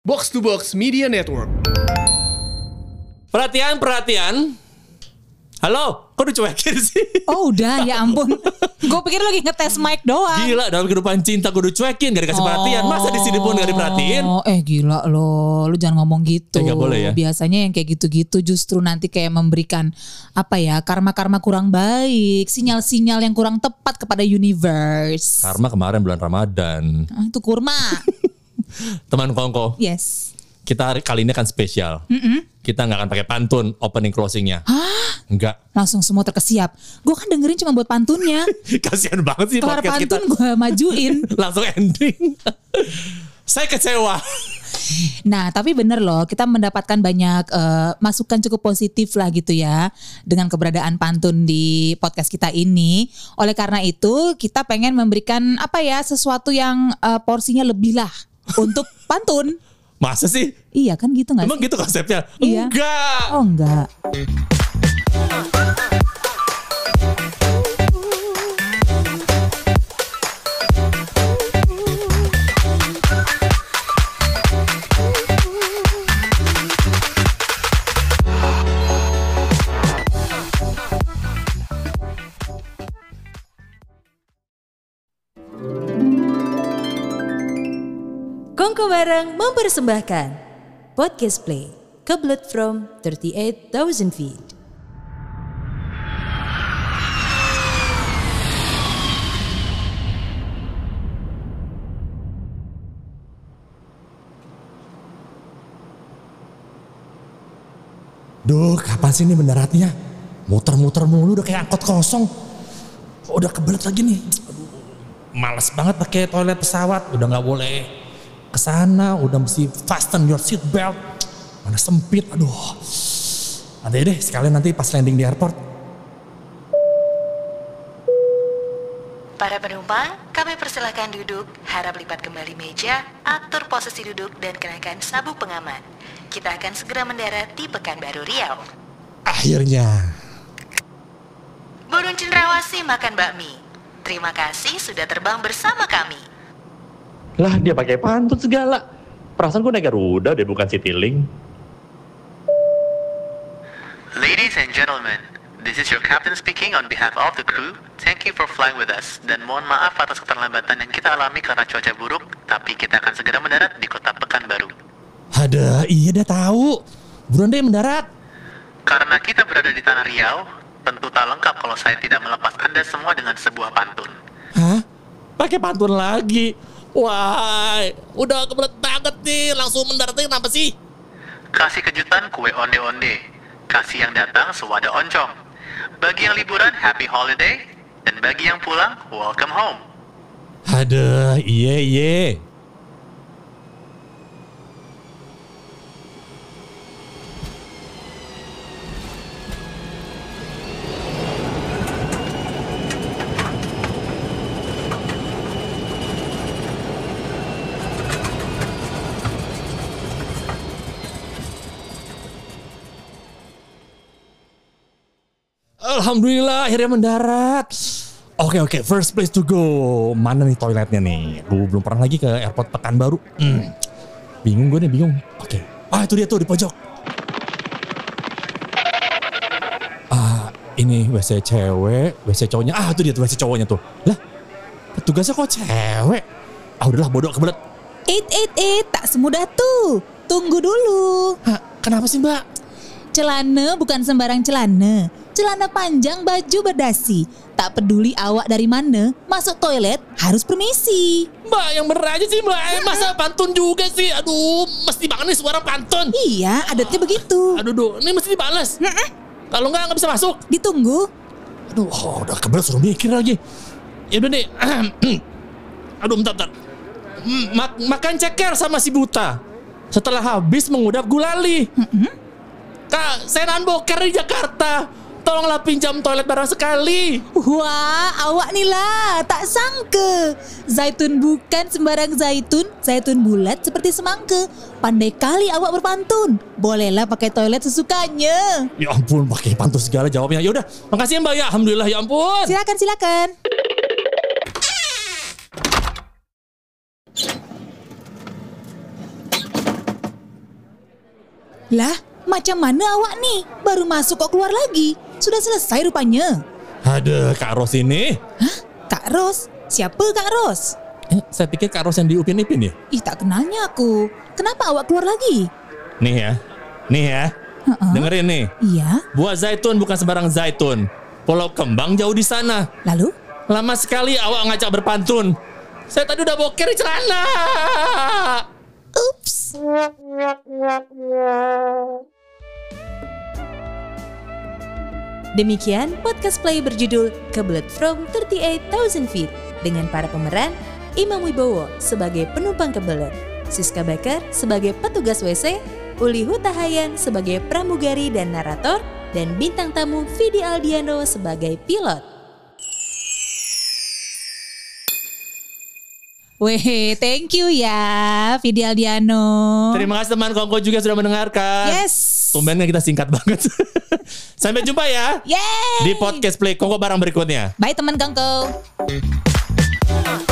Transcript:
Box to Box Media Network. Perhatian. Halo, kok dicuekin sih? Oh udah, ya ampun. Gue pikir lagi ngetes mic doang. Gila, dalam kehidupan cinta gue dicuekin, gak dikasih perhatian. Masa di sini pun gak diperhatiin? Gila lo, lu jangan ngomong gitu. Gak boleh ya? Biasanya yang kayak gitu-gitu justru nanti kayak memberikan karma-karma kurang baik, sinyal-sinyal yang kurang tepat kepada universe. Karma kemarin bulan Ramadan. Itu kurma. Teman Kongko. Yes. Kita kali ini kan spesial. Kita gak akan pakai pantun opening closingnya. Hah? Enggak. Langsung semua terkesiap. Gue kan dengerin cuma buat pantunnya. Kasian banget sih kelar podcast pantun kita. gue majuin. Langsung ending. Saya kecewa. Nah tapi bener loh, kita mendapatkan banyak masukan cukup positif lah gitu ya dengan keberadaan pantun di podcast kita ini. Oleh karena itu kita pengen memberikan sesuatu yang porsinya lebih lah untuk pantun. Masa sih? Iya kan gitu gak Emang sih? gitu konsepnya? Iya. Enggak. Oh enggak. Kongko Bareng mempersembahkan Podcast Play, Kebelet from 38,000 Feet. Duh, kapan sih ini mendaratnya? Muter-muter mulu udah kayak angkot kosong. Udah kebelet lagi nih. Aduh, males banget pakai toilet pesawat. Udah nggak boleh kesana, udah mesti fasten your seat belt. Mana sempit, aduh. Nanti deh, sekalian nanti pas landing di airport. Para penumpang, kami persilahkan duduk, harap lipat kembali meja, atur posisi duduk dan kenakan sabuk pengaman. Kita akan segera mendarat di Pekanbaru Riau. Akhirnya. Burung cendrawasih makan bakmi. Terima kasih sudah terbang bersama kami. Lah dia pakai pantun segala. Perasaan gue naik Garuda deh bukan Citylink. Ladies and gentlemen, this is your captain speaking on behalf of the crew. Thank you for flying with us. Dan mohon maaf atas keterlambatan yang kita alami karena cuaca buruk. Tapi kita akan segera mendarat di kota Pekanbaru. Ada, iya dah tahu. Buruan deh mendarat. Karena kita berada di tanah Riau, tentu tak lengkap kalau saya tidak melepas Anda semua dengan sebuah pantun. Hah? Pakai pantun lagi? Wah, udah kebelet banget nih. Langsung mendaratnya kenapa sih? Kasih kejutan kue onde-onde. Kasih yang datang sewadah oncom. Bagi yang liburan, happy holiday. Dan bagi yang pulang, welcome home. Ada, iya. Alhamdulillah akhirnya mendarat. Oke, first place to go. Mana nih toiletnya nih? Gue belum pernah lagi ke airport Pekanbaru. Bingung gue nih, Oke. Itu dia tuh di pojok. Ini WC cewek, WC cowoknya. Itu dia tuh WC cowoknya tuh. Lah, petugasnya kok cewek? Udahlah bodoh kebelet. Tak semudah tuh. Tunggu dulu. Kenapa sih mbak? Celana bukan sembarang celana. Celana panjang baju berdasi. Tak peduli awak dari mana, masuk toilet harus permisi. Mbak yang bener aja sih mbak. Masa pantun juga sih? Aduh, mesti banget nih suara pantun. Iya, adatnya begitu. Aduh, ini mesti dibales. Kalau nggak bisa masuk. Ditunggu. Aduh, udah kebelet suruh mikir lagi. Ya udah nih. Aduh, bentar. Makan ceker sama si buta. Setelah habis mengudap gulali. Kak, saya nahan boker di Jakarta. Tolonglah pinjam toilet bareng sekali. Wah, awak nih lah, tak sangka. Zaitun bukan sembarang zaitun, zaitun bulat seperti semangka. Pandai kali awak berpantun. Bolehlah pakai toilet sesukanya. Ya ampun, pakai pantun segala jawabnya. Ya udah, makasih ya Mbak ya. Alhamdulillah ya ampun. Silakan. Lah, macam mana awak nih? Baru masuk kok keluar lagi? Sudah selesai rupanya. Aduh, Kak Ros ini. Hah? Kak Ros? Siapa Kak Ros? Saya pikir Kak Ros yang di Upin Ipin ya? Ih, tak kenalnya aku. Kenapa awak keluar lagi? Nih ya. Dengerin nih. Iya. Buah zaitun bukan sembarang zaitun. Pulau Kembang jauh di sana. Lalu? Lama sekali awak ngajak berpantun. Saya tadi udah boker di celana. Ups. Demikian podcast play berjudul Kebelet from 38,000 Feet dengan para pemeran Imam Wibowo sebagai penumpang kebelet, Siska Bakar sebagai petugas WC, Uli Hutahayan sebagai pramugari dan narator, dan bintang tamu Vidi Aldiano sebagai pilot. Weh, thank you ya, Vidi Aldiano. Terima kasih teman Kongko juga sudah mendengarkan. Yes. Tumbennya kita singkat banget. Sampai jumpa ya. Yeay. Di podcast Play Kongko barang berikutnya. Bye teman Kongko.